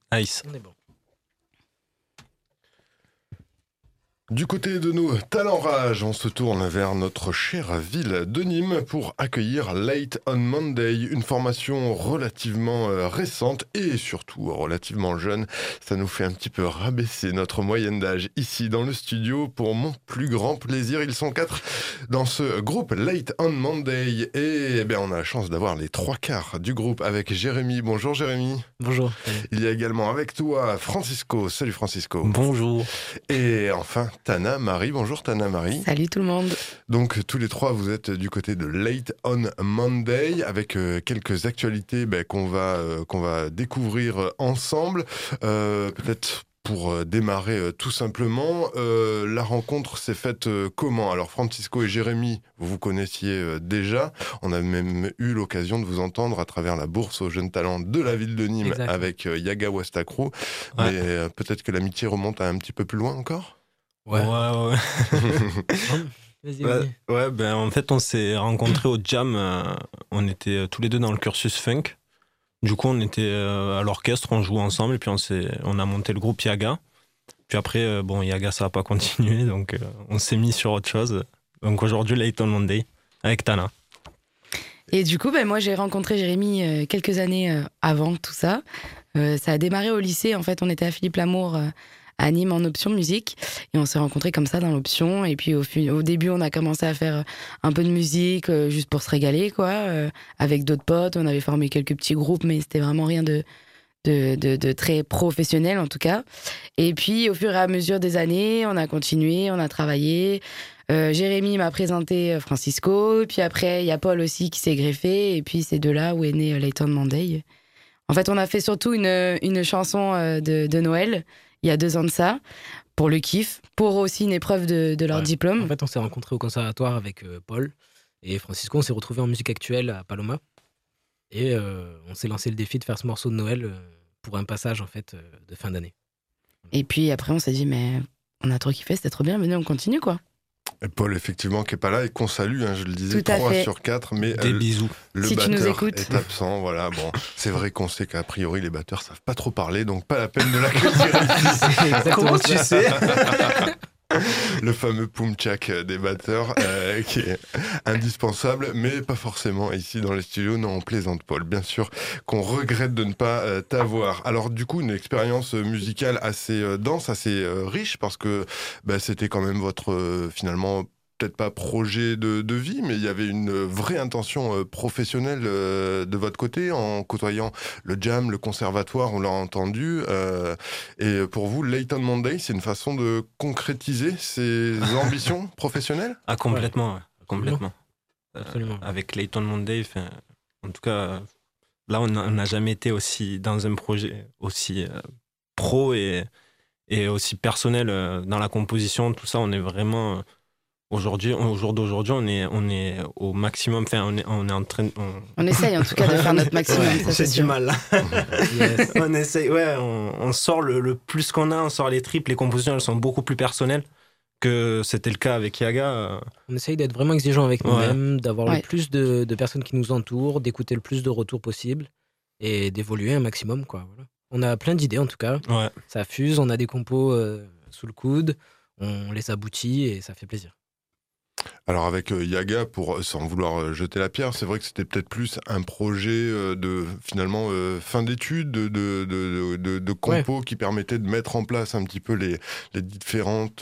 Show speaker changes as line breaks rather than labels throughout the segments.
Ice.
On est bon.
Du côté de nos talents rage, on se tourne vers notre chère ville de Nîmes pour accueillir Late on Monday, une formation relativement récente et surtout relativement jeune. Ça nous fait un petit peu rabaisser notre moyenne d'âge ici dans le studio pour mon plus grand plaisir. Ils sont 4 dans ce groupe Late on Monday et on a la chance d'avoir les 3/4 du groupe avec Jérémy. Bonjour Jérémy.
Bonjour.
Il y a également avec toi Francisco. Salut Francisco.
Bonjour.
Et enfin Tana Marie. Bonjour Tana Marie.
Salut tout le monde.
Donc tous les trois vous êtes du côté de Late on Monday avec quelques actualités qu'on va découvrir ensemble. Peut-être pour démarrer tout simplement, la rencontre s'est faite comment ? Alors Francisco et Jérémy, vous vous connaissiez déjà. On a même eu l'occasion de vous entendre à travers la bourse aux jeunes talents de la ville de Nîmes. Exactement. Avec Yaga Wastakru. Ouais. Mais peut-être que l'amitié remonte à un petit peu plus loin encore ?
Ouais. Vas-y. En fait, on s'est rencontrés au jam. On était tous les deux dans le cursus funk. Du coup, on était à l'orchestre, on jouait ensemble, et puis on a monté le groupe Yaga. Puis après, Yaga, ça n'a pas continué, donc on s'est mis sur autre chose. Donc aujourd'hui, Late on Monday, avec Tana.
Et du coup, moi, j'ai rencontré Jérémy quelques années avant tout ça. Ça a démarré au lycée, en fait, on était à Philippe Lamour, à Nîmes en option musique, et on s'est rencontrés comme ça dans l'option, et puis au début on a commencé à faire un peu de musique juste pour se régaler quoi, avec d'autres potes, on avait formé quelques petits groupes mais c'était vraiment rien de très professionnel en tout cas, et puis au fur et à mesure des années on a continué, on a travaillé. Jérémy m'a présenté Francisco, puis après il y a Paul aussi qui s'est greffé, et puis c'est de là où est né Late on Monday. En fait on a fait surtout une chanson de Noël il y a 2 ans de ça, pour le kiff, pour aussi une épreuve de leur diplôme.
En fait, on s'est rencontrés au conservatoire avec Paul et Francisco. On s'est retrouvés en musique actuelle à Paloma. Et on s'est lancé le défi de faire ce morceau de Noël pour un passage en fait, de fin d'année.
Et puis après, on s'est dit, mais on a trop kiffé, c'était trop bien, venez, on continue quoi.
Et Paul, effectivement, qui n'est pas là et qu'on salue, je le disais, 3/4, mais
des bisous.
Le
si
batteur
tu nous écoutes.
est absent, voilà. Bon, c'est vrai qu'on sait qu'a priori les batteurs savent pas trop parler, donc pas la peine de l'accueillir.
Comment tu sais ?
Le fameux poum-tchak des batteurs qui est indispensable, mais pas forcément ici dans les studios. Non, on plaisante, Paul. Bien sûr qu'on regrette de ne pas t'avoir. Alors du coup, une expérience musicale assez dense, assez riche, parce que c'était quand même votre, finalement, peut-être pas projet de vie, mais il y avait une vraie intention professionnelle de votre côté, en côtoyant le jam, le conservatoire, on l'a entendu. Et pour vous, Late on Monday, c'est une façon de concrétiser ces ambitions professionnelles ?
Ah, complètement, ouais. Complètement.
Absolument.
Avec Late on Monday, en tout cas, là, on n'a jamais été aussi dans un projet aussi pro et aussi personnel dans la composition, tout ça, on est vraiment... Aujourd'hui, au jour d'aujourd'hui, on est au maximum. Enfin, on est en train.
On essaye en tout cas de faire notre maximum.
Ouais,
ça,
j'ai du mal là. Yes. On essaye. Ouais, on sort le plus qu'on a, on sort les tripes. Les compositions, elles sont beaucoup plus personnelles que c'était le cas avec Yaga.
On essaye d'être vraiment exigeant avec nous-mêmes, d'avoir le plus de personnes qui nous entourent, d'écouter le plus de retours possible et d'évoluer un maximum, quoi. Voilà. On a plein d'idées en tout cas.
Ouais.
Ça fuse. On a des compos sous le coude. On les aboutit et ça fait plaisir.
Alors avec Yaga, sans vouloir jeter la pierre, c'est vrai que c'était peut-être plus un projet de finalement fin d'études, de compos qui permettait de mettre en place un petit peu les différentes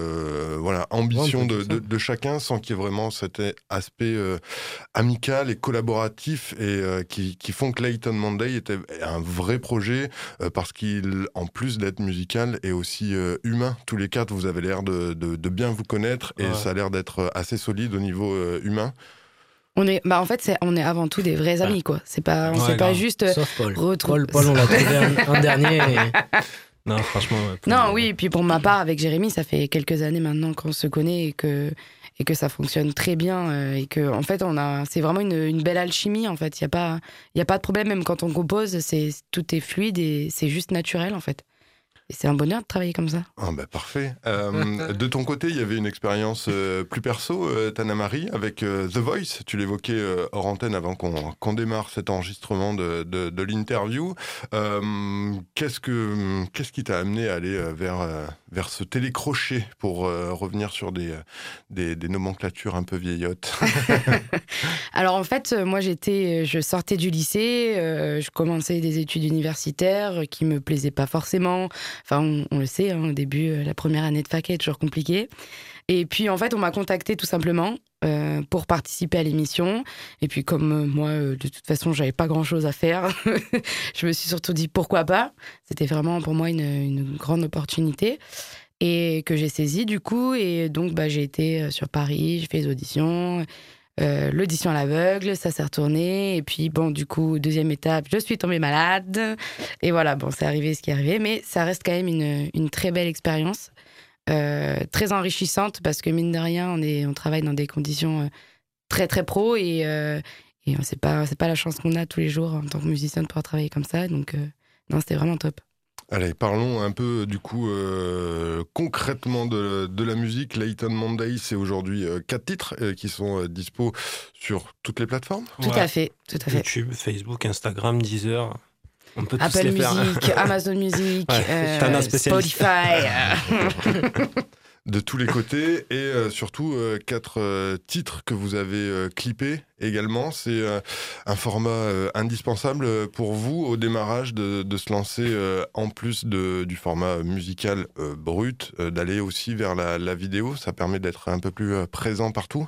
ambitions de chacun, sans qu'il y ait vraiment cet aspect amical et collaboratif et qui font que Late on Monday était un vrai projet parce qu'il, en plus d'être musical, est aussi humain. Tous les quatre, vous avez l'air de bien vous connaître et ça a l'air d'être assez solide au niveau humain.
On est avant tout des vrais amis quoi. C'est pas, on s'est pas juste
sauf Paul. Paul, on l'a trouvé un dernier.
Non, franchement.
Non, oui. Puis pour ma part, avec Jérémy, ça fait quelques années maintenant qu'on se connaît et que ça fonctionne très bien et que en fait c'est vraiment une belle alchimie en fait. Il y a pas de problème même quand on compose. Tout est fluide et c'est juste naturel en fait. c'est un bonheur de travailler comme ça.
Ah bah parfait. De ton côté, il y avait une expérience plus perso, Tana Marie, avec The Voice. Tu l'évoquais hors antenne avant qu'on démarre cet enregistrement de l'interview. Qu'est-ce qui t'a amené à aller vers ce télécrochet pour revenir sur des nomenclatures un peu vieillottes?
Alors en fait, moi je sortais du lycée, je commençais des études universitaires qui me plaisaient pas forcément. Enfin, on le sait, hein, au début, la première année de fac est toujours compliquée. Et puis en fait, on m'a contacté tout simplement pour participer à l'émission. Et puis comme moi, de toute façon, j'avais pas grand-chose à faire, je me suis surtout dit pourquoi pas. C'était vraiment pour moi une grande opportunité. Et que j'ai saisi du coup. Et donc j'ai été sur Paris, j'ai fait les auditions. L'audition à l'aveugle, ça s'est retourné. Et puis, bon, du coup, deuxième étape, je suis tombée malade. Et voilà, bon, c'est arrivé ce qui est arrivé. Mais ça reste quand même une très belle expérience, très enrichissante, parce que mine de rien, on travaille dans des conditions très, très pro. Et c'est pas la chance qu'on a tous les jours en tant que musicien de pouvoir travailler comme ça. Donc, non, c'était vraiment top.
Allez, parlons un peu du coup concrètement de la musique. Layton Monday, c'est aujourd'hui 4 titres qui sont dispo sur toutes les plateformes.
Tout à fait.
YouTube, Facebook, Instagram, Deezer. On peut tous
Apple
les faire.
Music, Amazon Music, Spotify.
De tous les côtés et surtout 4 titres que vous avez clippés également. C'est un format indispensable pour vous au démarrage de se lancer en plus du format musical brut, d'aller aussi vers la vidéo. Ça permet d'être un peu plus présent partout.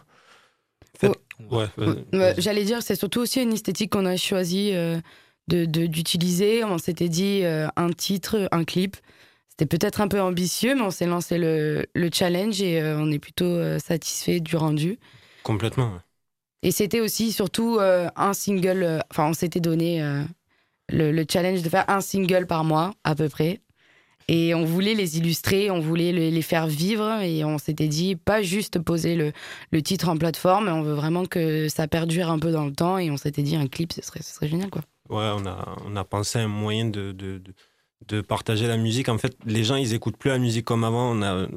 J'allais dire, c'est surtout aussi une esthétique qu'on a choisi d'utiliser. On s'était dit un titre, un clip. C'était peut-être un peu ambitieux, mais on s'est lancé le challenge et on est plutôt satisfait du rendu.
Complètement, ouais.
Et c'était aussi surtout un single. Enfin, on s'était donné le challenge de faire un single par mois, à peu près. Et on voulait les illustrer, on voulait les faire vivre. Et on s'était dit, pas juste poser le titre en plateforme, on veut vraiment que ça perdure un peu dans le temps. Et on s'était dit, un clip, ce serait génial, quoi.
Ouais, on a pensé à un moyen de partager la musique. En fait, les gens, ils écoutent plus la musique comme avant.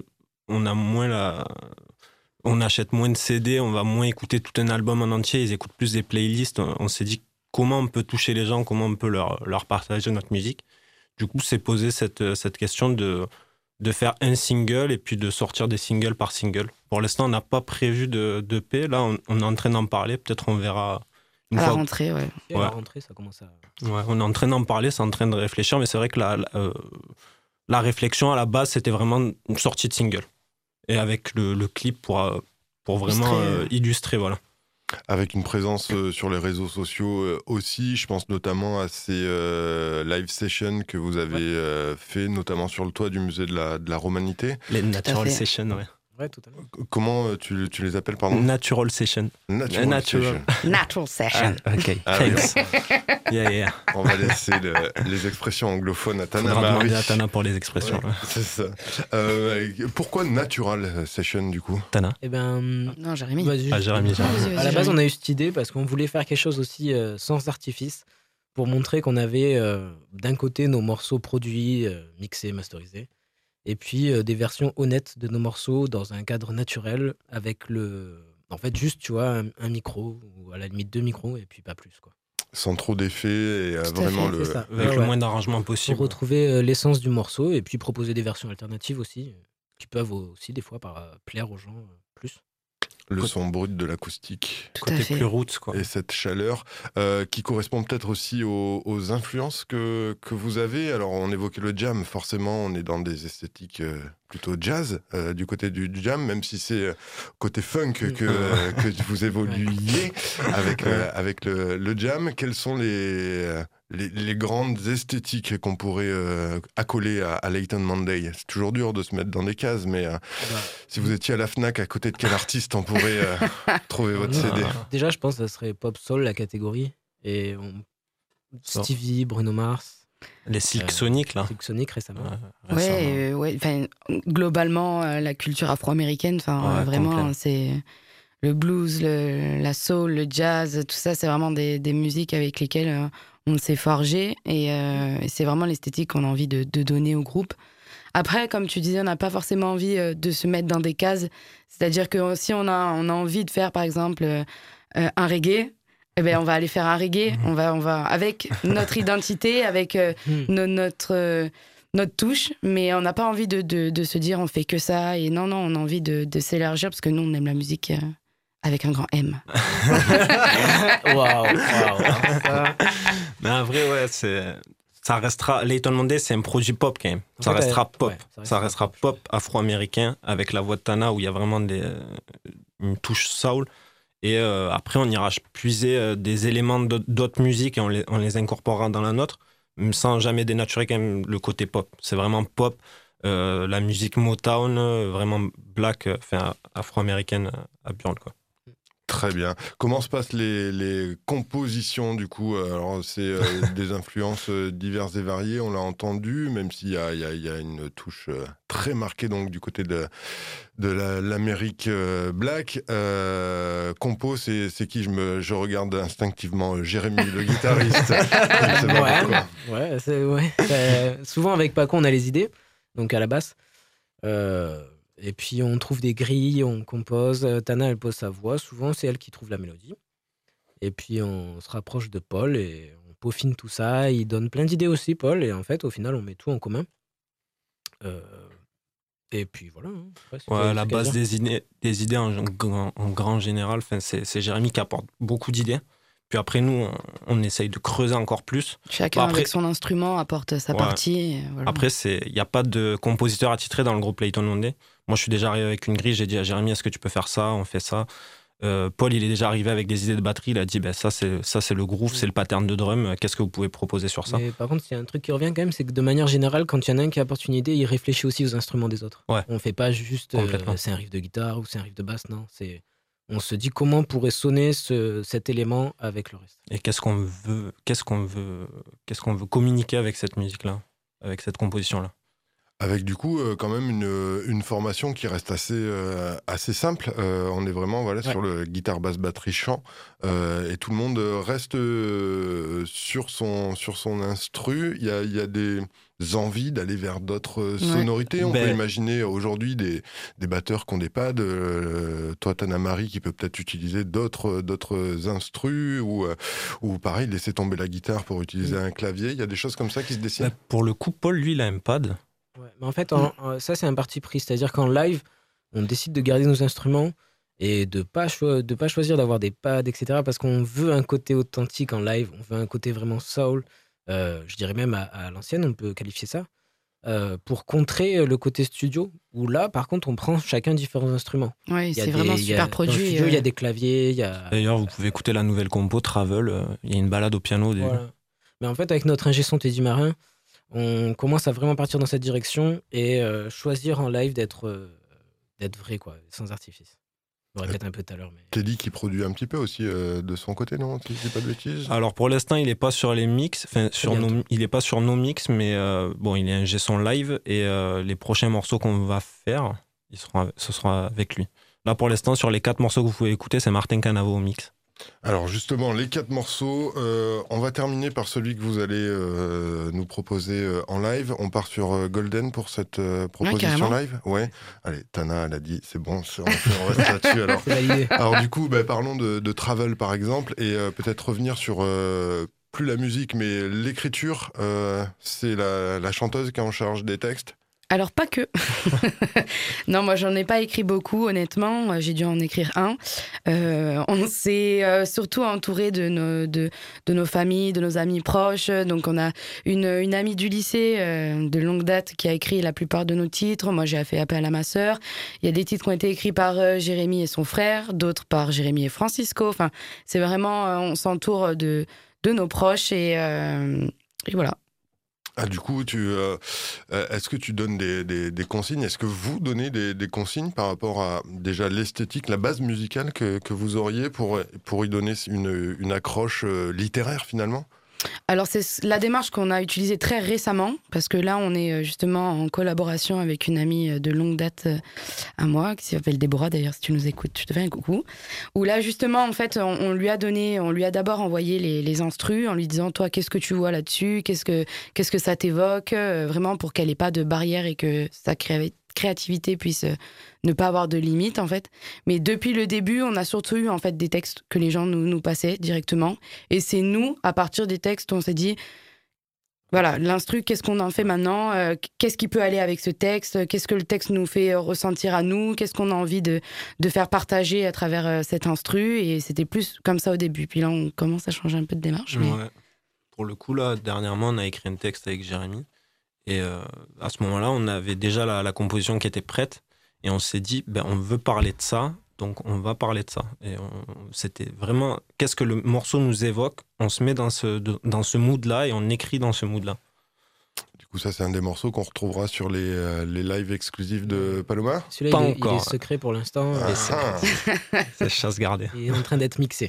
On achète moins de CD, on va moins écouter tout un album en entier. Ils écoutent plus des playlists. On s'est dit comment on peut toucher les gens, comment on peut leur partager notre musique. Du coup, c'est posé cette question de faire un single et puis de sortir des singles par single. Pour l'instant, on n'a pas prévu d'EP. Là, on est en train d'en parler. Peut-être on verra.
À la rentrée, ouais.
Et à la rentrée, ça commence à...
Ouais, on est en train d'en parler, c'est en train de réfléchir, mais c'est vrai que la réflexion à la base, c'était vraiment une sortie de single. Et avec le clip pour vraiment illustrer, voilà.
Avec une présence sur les réseaux sociaux aussi, je pense notamment à ces live sessions que vous avez fait, notamment sur le toit du musée de la Romanité.
Les Natural Sessions, ouais.
Ouais, totalement.
Comment tu les appelles, pardon?
Natural Session.
Natural
Session.
Ok, thanks. Yeah.
On va laisser les expressions anglophones à Tana.
Faudra demander à Tana pour les expressions.
Ouais, c'est ça. Pourquoi Natural Session, du coup?
Tana?
Eh ben...
Non, Jérémy.
Ah, Jérémy.
À la base, on a eu cette idée parce qu'on voulait faire quelque chose aussi sans artifice pour montrer qu'on avait d'un côté nos morceaux produits, mixés, masterisés, et puis des versions honnêtes de nos morceaux dans un cadre naturel avec en fait juste, tu vois, un micro ou à la limite 2 micros et puis pas plus, quoi.
Sans trop d'effets et vraiment
avec le moins d'arrangement possible.
Pour retrouver l'essence du morceau et puis proposer des versions alternatives aussi qui peuvent aussi des fois plaire aux gens plus.
Le son brut de l'acoustique.
Côté plus roots, quoi.
Et cette chaleur qui correspond peut-être aussi aux influences que vous avez. Alors, on évoquait le jam, forcément, on est dans des esthétiques plutôt jazz, du côté du jam, même si c'est côté funk que vous évoluiez avec le jam. Quelles sont les grandes esthétiques qu'on pourrait accoler à Layton Monday? C'est toujours dur de se mettre dans des cases, mais si vous étiez à la Fnac, à côté de quel artiste on pourrait trouver votre CD?
Déjà, je pense que ça serait Pop Soul, la catégorie. Et Stevie, Bruno Mars.
Les Silk Sonic, là.
Silk Sonic récemment.
Ouais. Globalement, la culture afro-américaine, vraiment, c'est le blues, la soul, le jazz, tout ça, c'est vraiment des musiques avec lesquelles on s'est forgé et c'est vraiment l'esthétique qu'on a envie de donner au groupe. Après, comme tu disais, on n'a pas forcément envie de se mettre dans des cases. C'est-à-dire que si on a envie de faire, par exemple, un reggae, eh ben, on va aller faire un reggae. On va avec notre identité, avec notre touche, mais on n'a pas envie de se dire on fait que ça. Et non, on a envie de s'élargir parce que nous, on aime la musique avec un grand M.
Waouh.
Mais en vrai, ouais, ça restera. Layton Mondé, c'est un produit pop quand même. Ça restera pop.
Ouais,
ça restera pop afro-américain avec la voix de Tana où il y a vraiment une touche soul. Et après, on ira puiser des éléments d'autres musiques et on les incorporera dans la nôtre, sans jamais dénaturer quand même le côté pop. C'est vraiment pop. La musique Motown, vraiment black, afro-américaine à Burn, quoi.
Très bien. Comment se passent les compositions du coup? Alors c'est des influences diverses et variées, on l'a entendu, même s'il y a une touche très marquée donc du côté de l'Amérique black. Compo, c'est qui? Je regarde instinctivement Jérémy, le guitariste.
Souvent avec Paco, on a les idées, donc à la basse. Et puis on trouve des grilles, on compose. Tana, elle pose sa voix. Souvent, c'est elle qui trouve la mélodie. Et puis on se rapproche de Paul et on peaufine tout ça. Il donne plein d'idées aussi, Paul. Et en fait, au final, on met tout en commun. Et puis voilà.
La base des idées en grand général, c'est Jérémy qui apporte beaucoup d'idées. Puis après, nous, on essaye de creuser encore plus.
Chacun avec son instrument apporte sa partie. Voilà.
Après, il n'y a pas de compositeur attitré dans le groupe Layton Mondé. Moi, je suis déjà arrivé avec une grille. J'ai dit à Jérémy, est-ce que tu peux faire ça? On fait ça. Paul, il est déjà arrivé avec des idées de batterie. Il a dit, ça, c'est le groove, c'est le pattern de drum. Qu'est-ce que vous pouvez proposer sur ça?
Mais par contre, il y a un truc qui revient quand même, c'est que de manière générale, quand il y en a un qui apporte une idée, il réfléchit aussi aux instruments des autres. Ouais. On ne fait pas juste c'est un riff de guitare ou c'est un riff de basse. Non, on se dit comment pourrait sonner cet élément avec le reste.
Et qu'est-ce qu'on veut communiquer avec cette musique-là, avec cette composition-là?
Avec du coup quand même une formation qui reste assez simple. On est vraiment sur le guitare, basse, batterie, chant, et tout le monde reste sur son instru. Il y a des envies d'aller vers d'autres sonorités. On peut imaginer aujourd'hui des batteurs qui ont des pads. Toi, Tana Marie, qui peut peut-être utiliser d'autres instrus ou pareil, laisser tomber la guitare pour utiliser un clavier. Il y a des choses comme ça qui se dessinent.
Pour le coup, Paul, lui, il a un pad.
Ouais, mais en fait, ça, c'est un parti pris. C'est-à-dire qu'en live, on décide de garder nos instruments et de pas choisir d'avoir des pads, etc. Parce qu'on veut un côté authentique en live. On veut un côté vraiment soul. Je dirais même à l'ancienne, on peut qualifier ça. Pour contrer le côté studio, où là, par contre, on prend chacun différents instruments.
Oui, c'est vraiment super produit.
Dans le studio, il y a des claviers.
D'ailleurs, vous pouvez écouter la nouvelle compo, Travel. Il y a une balade au piano.
Voilà. Mais en fait, avec notre ingé son Teddy Marin, on commence à vraiment partir dans cette direction et choisir en live d'être vrai, quoi, sans artifice. Je me répète un peu tout à l'heure. Mais...
Teddy qui produit un petit peu aussi de son côté, non? Si je dis pas de bêtises.
Alors pour l'instant, il n'est pas sur les mix, il n'est pas sur nos mix, mais il est ingé son live et les prochains morceaux qu'on va faire, ce sera avec lui. Là pour l'instant, sur les 4 morceaux que vous pouvez écouter, c'est Martin Canavo au mix.
Alors justement, les 4 morceaux, on va terminer par celui que vous allez nous proposer en live. On part sur Golden pour cette proposition live. Ouais. Allez, Tana, elle a dit, c'est bon, on reste là-dessus alors. Alors du coup, parlons de Travel par exemple, et peut-être revenir sur plus la musique, mais l'écriture. C'est la chanteuse qui est en charge des textes.
Alors, pas que. Non, moi, j'en ai pas écrit beaucoup, honnêtement. J'ai dû en écrire un. On s'est surtout entouré de nos familles, de nos amis proches. Donc, on a une amie du lycée de longue date qui a écrit la plupart de nos titres. Moi, j'ai fait appel à ma sœur. Il y a des titres qui ont été écrits par Jérémy et son frère, d'autres par Jérémy et Francisco. Enfin, c'est vraiment... on s'entoure de nos proches et voilà.
Ah, du coup, est-ce que tu donnes des consignes? Est-ce que vous donnez des consignes par rapport à déjà l'esthétique, la base musicale que vous auriez pour y donner une accroche littéraire finalement?
Alors c'est la démarche qu'on a utilisée très récemment, parce que là on est justement en collaboration avec une amie de longue date à moi, qui s'appelle Déborah d'ailleurs, si tu nous écoutes, je te fais un coucou, où là justement en fait on lui a d'abord envoyé les instrus en lui disant toi qu'est-ce que tu vois là-dessus, qu'est-ce que ça t'évoque, vraiment pour qu'elle ait pas de barrière et que sa créativité puisse ne pas avoir de limite en fait. Mais depuis le début, on a surtout eu en fait des textes que les gens nous passaient directement. Et c'est nous, à partir des textes, on s'est dit, voilà, l'instru, qu'est-ce qu'on en fait maintenant, qu'est-ce qui peut aller avec ce texte, qu'est-ce que le texte nous fait ressentir à nous, qu'est-ce qu'on a envie de faire partager à travers cet instru. Et c'était plus comme ça au début. Puis là, on commence à changer un peu de démarche. Mais...
Ouais. Pour le coup, là, dernièrement, on a écrit un texte avec Jérémy. Et à ce moment-là, on avait déjà la composition qui était prête. Et on s'est dit, on veut parler de ça, donc on va parler de ça. Et c'était vraiment, qu'est-ce que le morceau nous évoque ? On se met dans ce mood-là et on écrit dans ce mood-là.
Du coup, ça, c'est un des morceaux qu'on retrouvera sur les lives exclusifs de Paloma ?
Celui-là, il est secret pour l'instant.
C'est chasse gardée.
Il est en train d'être mixé.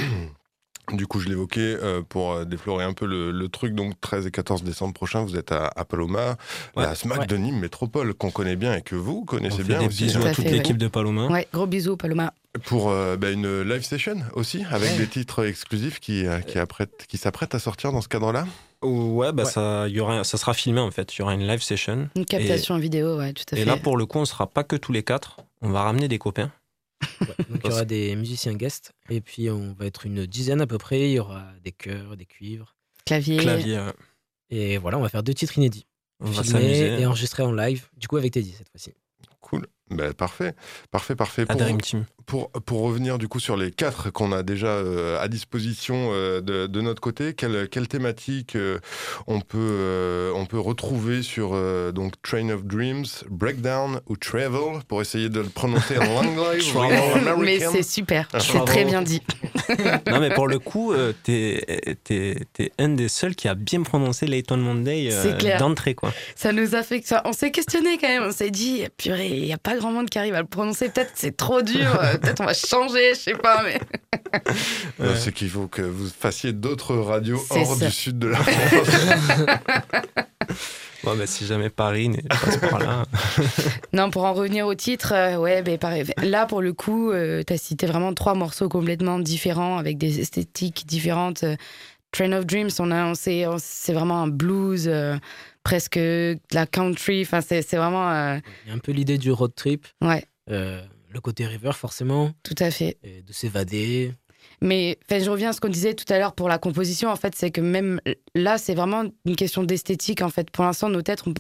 Du coup, je l'évoquais pour déflorer un peu le truc. Donc, 13 et 14 décembre prochain, vous êtes à Paloma, la SMAC de Nîmes Métropole, qu'on connaît bien et que vous connaissez bien aussi.
Bisous à toute l'équipe de Paloma.
Ouais, gros bisous, Paloma.
Pour une live session aussi, avec des titres exclusifs qui s'apprêtent à sortir dans ce cadre-là.
Ouais, ça sera filmé en fait. Il y aura une live session.
Une captation vidéo, ouais, tout à fait.
Et là, pour le coup, on ne sera pas que tous les 4. On va ramener des copains.
Ouais, donc il y aura des musiciens guests et puis on va être une dizaine à peu près. Il y aura des chœurs, des cuivres,
clavier.
Ouais.
Et voilà, on va faire 2 titres inédits.
On va s'amuser
et enregistrer en live, du coup avec Teddy cette fois-ci.
Cool. Parfait.
La Dream Team.
Pour revenir du coup sur les 4 qu'on a déjà à disposition de notre côté, quelle thématique on peut retrouver sur donc Train of Dreams, Breakdown ou Travel, pour essayer de le prononcer en anglais ou en américain.
Mais c'est super, c'est très bien dit.
Non, mais pour le coup, t'es un des seuls qui a bien prononcé Layton Monday d'entrée, quoi.
Ça nous a fait que ça. On s'est questionné quand même. On s'est dit, purée, il n'y a pas grand monde qui arrive à le prononcer. Peut-être c'est trop dur. Peut-être on va changer, je sais pas. Mais
c'est qu'il faut que vous fassiez d'autres radios hors du sud de la France.
Bon, si jamais Paris passe par là.
Non, pour en revenir au titre, pareil. Là, pour le coup, t'as cité vraiment 3 morceaux complètement différents, avec des esthétiques différentes. Train of Dreams, c'est vraiment un blues, presque de la country. Enfin, c'est vraiment...
Il y a un peu l'idée du road trip.
Ouais.
Le côté river, forcément.
Tout à fait.
Et de s'évader.
Mais je reviens à ce qu'on disait tout à l'heure pour la composition, en fait, c'est que même là, c'est vraiment une question d'esthétique, en fait. Pour l'instant,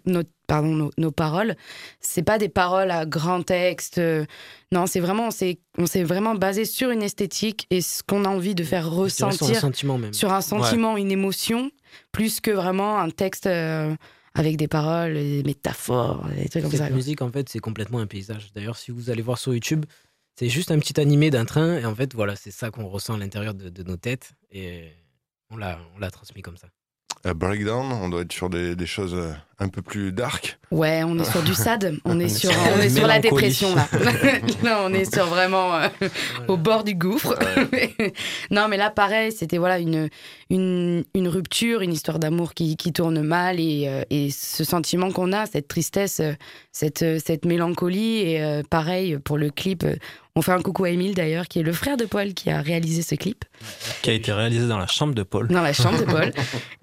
nos paroles, c'est pas des paroles à grand texte. Non, c'est vraiment, on s'est vraiment basé sur une esthétique et ce qu'on a envie de faire ressentir.
Sur un sentiment même.
Sur un sentiment, une émotion, plus que vraiment un texte avec des paroles, des métaphores, des trucs comme ça.
Cette musique, en fait, c'est complètement un paysage. D'ailleurs, si vous allez voir sur YouTube, c'est juste un petit animé d'un train, et en fait, voilà, c'est ça qu'on ressent à l'intérieur de nos têtes, et on l'a transmis comme ça.
Breakdown, on doit être sur des choses un peu plus dark.
Ouais, on est sur du sad, on est sur la dépression là. Là, on est sur vraiment au bord du gouffre. Ouais. Non, mais là, pareil, c'était une rupture, une histoire d'amour qui tourne mal, et ce sentiment qu'on a, cette tristesse, cette mélancolie, et pareil pour le clip. On fait un coucou à Émile d'ailleurs, qui est le frère de Paul qui a réalisé ce clip.
Qui a été réalisé dans la chambre de Paul.
Dans la chambre de Paul.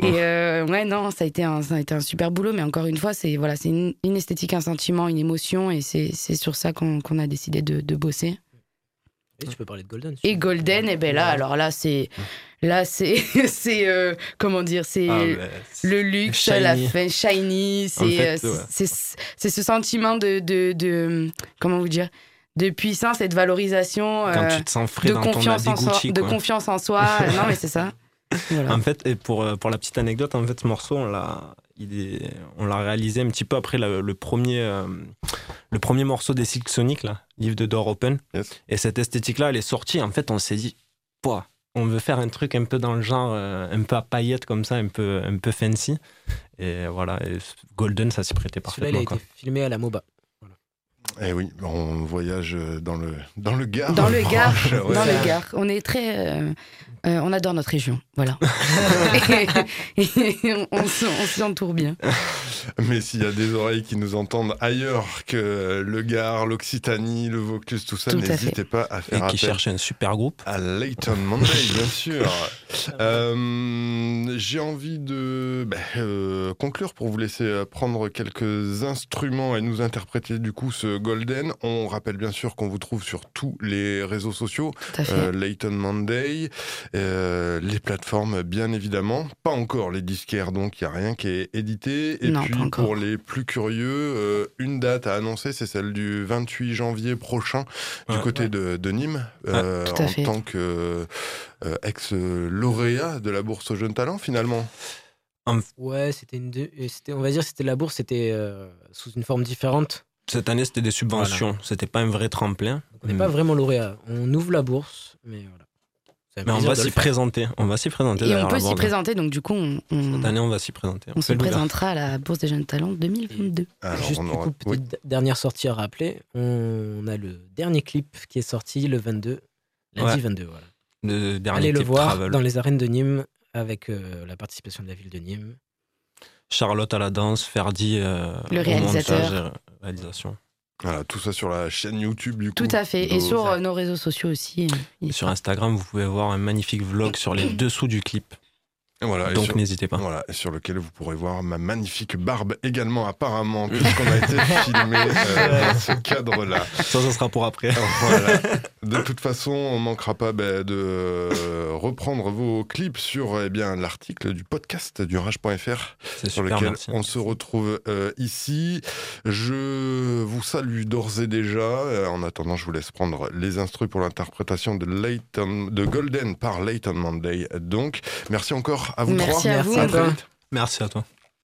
Et ça a été un super boulot, mais encore une fois, c'est une esthétique, un sentiment, une émotion, et c'est sur ça qu'on a décidé de bosser.
Et tu peux parler de Golden.
Et Golden, et ben là, alors là, c'est comment dire, c'est le luxe,
shiny.
La fin, shiny, c'est ce sentiment de comment vous dire, de puissance et de valorisation,
quand tu te sens frais dans ton habit Gucci,
de confiance en soi. Non, mais c'est ça. Voilà.
En fait, et pour la petite anecdote, en fait, ce morceau, on l'a réalisé un petit peu après le premier morceau des Silk Sonic, là, Leave the Door Open.
Yes.
Et cette esthétique-là, elle est sortie. En fait, on s'est dit, on veut faire un truc un peu dans le genre, un peu à paillettes comme ça, un peu fancy. Et voilà, et Golden, ça s'y prêtait parfaitement.
Celui-là, il a été filmé à la MOBA.
Eh oui, on voyage dans le Gard.
Dans le Gard,
Ouais.
dans le Gard. On est très... on adore notre région, voilà. Et on s'y entoure bien.
Mais s'il y a des oreilles qui nous entendent ailleurs que le Gard, l'Occitanie, le Vaucluse, tout ça,
Tout à
n'hésitez pas à
Et
faire
qui
appel
cherche un super groupe.
à Layton Monday, bien sûr. J'ai envie de conclure pour vous laisser prendre quelques instruments et nous interpréter du coup ce Golden. On rappelle bien sûr qu'on vous trouve sur tous les réseaux sociaux,
Tout à fait.
Layton Monday, les plateformes bien évidemment, pas encore les disquaires, donc il n'y a rien qui est édité. Et
Non,
puis
pas encore.
pour les plus curieux, une date à annoncer, c'est celle du 28 janvier prochain du
Ouais.
côté de Nîmes,
Tout à
en
fait.
tant que ex-lauréat de la bourse aux jeunes talents finalement.
Ouais, on va dire c'était la bourse, c'était sous une forme différente.
Cette année, c'était des subventions. C'était pas un vrai tremplin.
On n'est pas vraiment lauréat. On ouvre la bourse, mais voilà. C'est un
Mais on
plaisir
va
de
s'y
le faire.
présenter. On va s'y présenter.
Et
d'ailleurs,
on peut
à
s'y
Bordeaux.
présenter, donc du coup,
Cette année, on va s'y présenter.
on se
fait l'ouvert.
présentera à la Bourse des Jeunes Talents 2022.
Alors,
Juste
on
du
aura-
coup,
oui.
petite dernière sortie à rappeler. On a le dernier clip qui est sorti le 22, lundi
Ouais.
22. Voilà.
Le dernier
Allez le
clip
voir
Travel.
dans les arènes de Nîmes avec la participation de la ville de Nîmes.
Charlotte à la danse, Ferdi
Le
au
réalisateur.
montage et réalisation.
Voilà, tout ça sur la chaîne YouTube du coup.
Tout à fait. Et
Donc,
sur nos réseaux sociaux aussi.
Et sur Instagram, vous pouvez voir un magnifique vlog sur les dessous du clip.
voilà, et
Donc
sur-
n'hésitez pas.
Voilà, et sur lequel vous pourrez voir ma magnifique barbe également apparemment, puisqu'on a été filmé dans ce cadre-là.
Ça sera pour après.
Voilà. De toute façon, on ne manquera pas de reprendre vos clips sur l'article du podcast du rage.fr
C'est
sur
super,
lequel
merci.
on se retrouve ici. Je vous salue d'ores et déjà. En attendant, je vous laisse prendre les instrus pour l'interprétation de Golden par Layton Monday. Donc, merci encore à vous
Merci
trois.
à vous.
À très vite.
Merci à toi.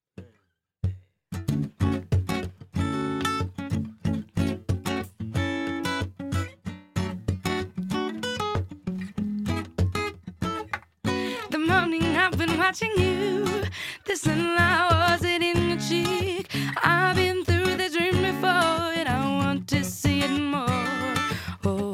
The morning I've been watching you, the sunlight was hitting your cheek. I've been through this dream before, and I want to see it more. Oh.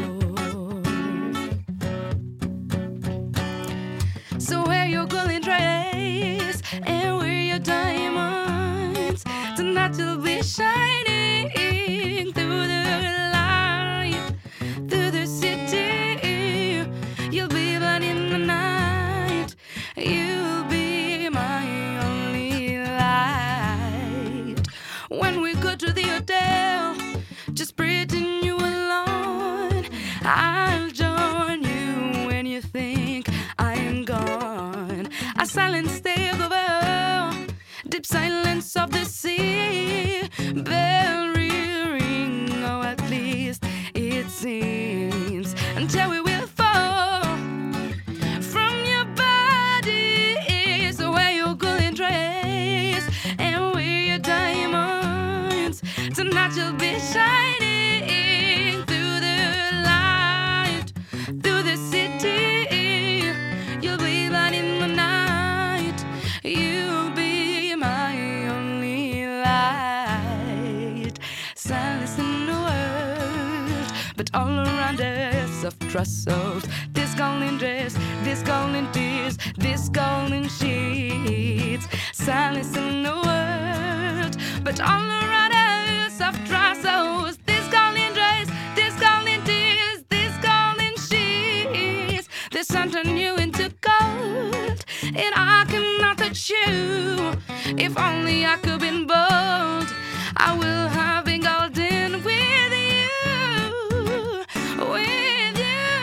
So wear your golden dress and wear your diamonds. Tonight you'll be shining through the light, through the city. You'll be blind in the night. You'll be my only light. When we go to the hotel, just pretend you alone. I'll join you when you think I am gone. A silent stay of the world, deep silence of the sea. Bell ring, or at least it seems, until we will fall from your body. So wear your golden dress and wear your diamonds. Tonight you'll be shining through the light, through the city. You'll be blind in the night. You'll be my only light. Silence in the world, but all around us of trestles. This golden dress, this golden tears, this golden sheets. Silence in the world, but all around us of trestles. This golden dress, this golden tears, this golden sheets. The sun turned you into gold, and I cannot touch you. If only I could be bold, I will have been golden with you, with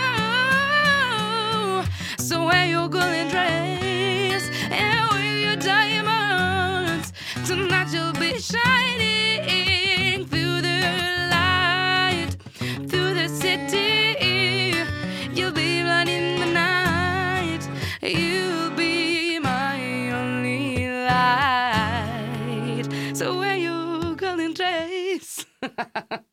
you. So wear your golden dress and wear your diamonds. Tonight you'll be shining through the light, through the city. You'll be blind in the night. You'll be my only light. So wear your golden dress.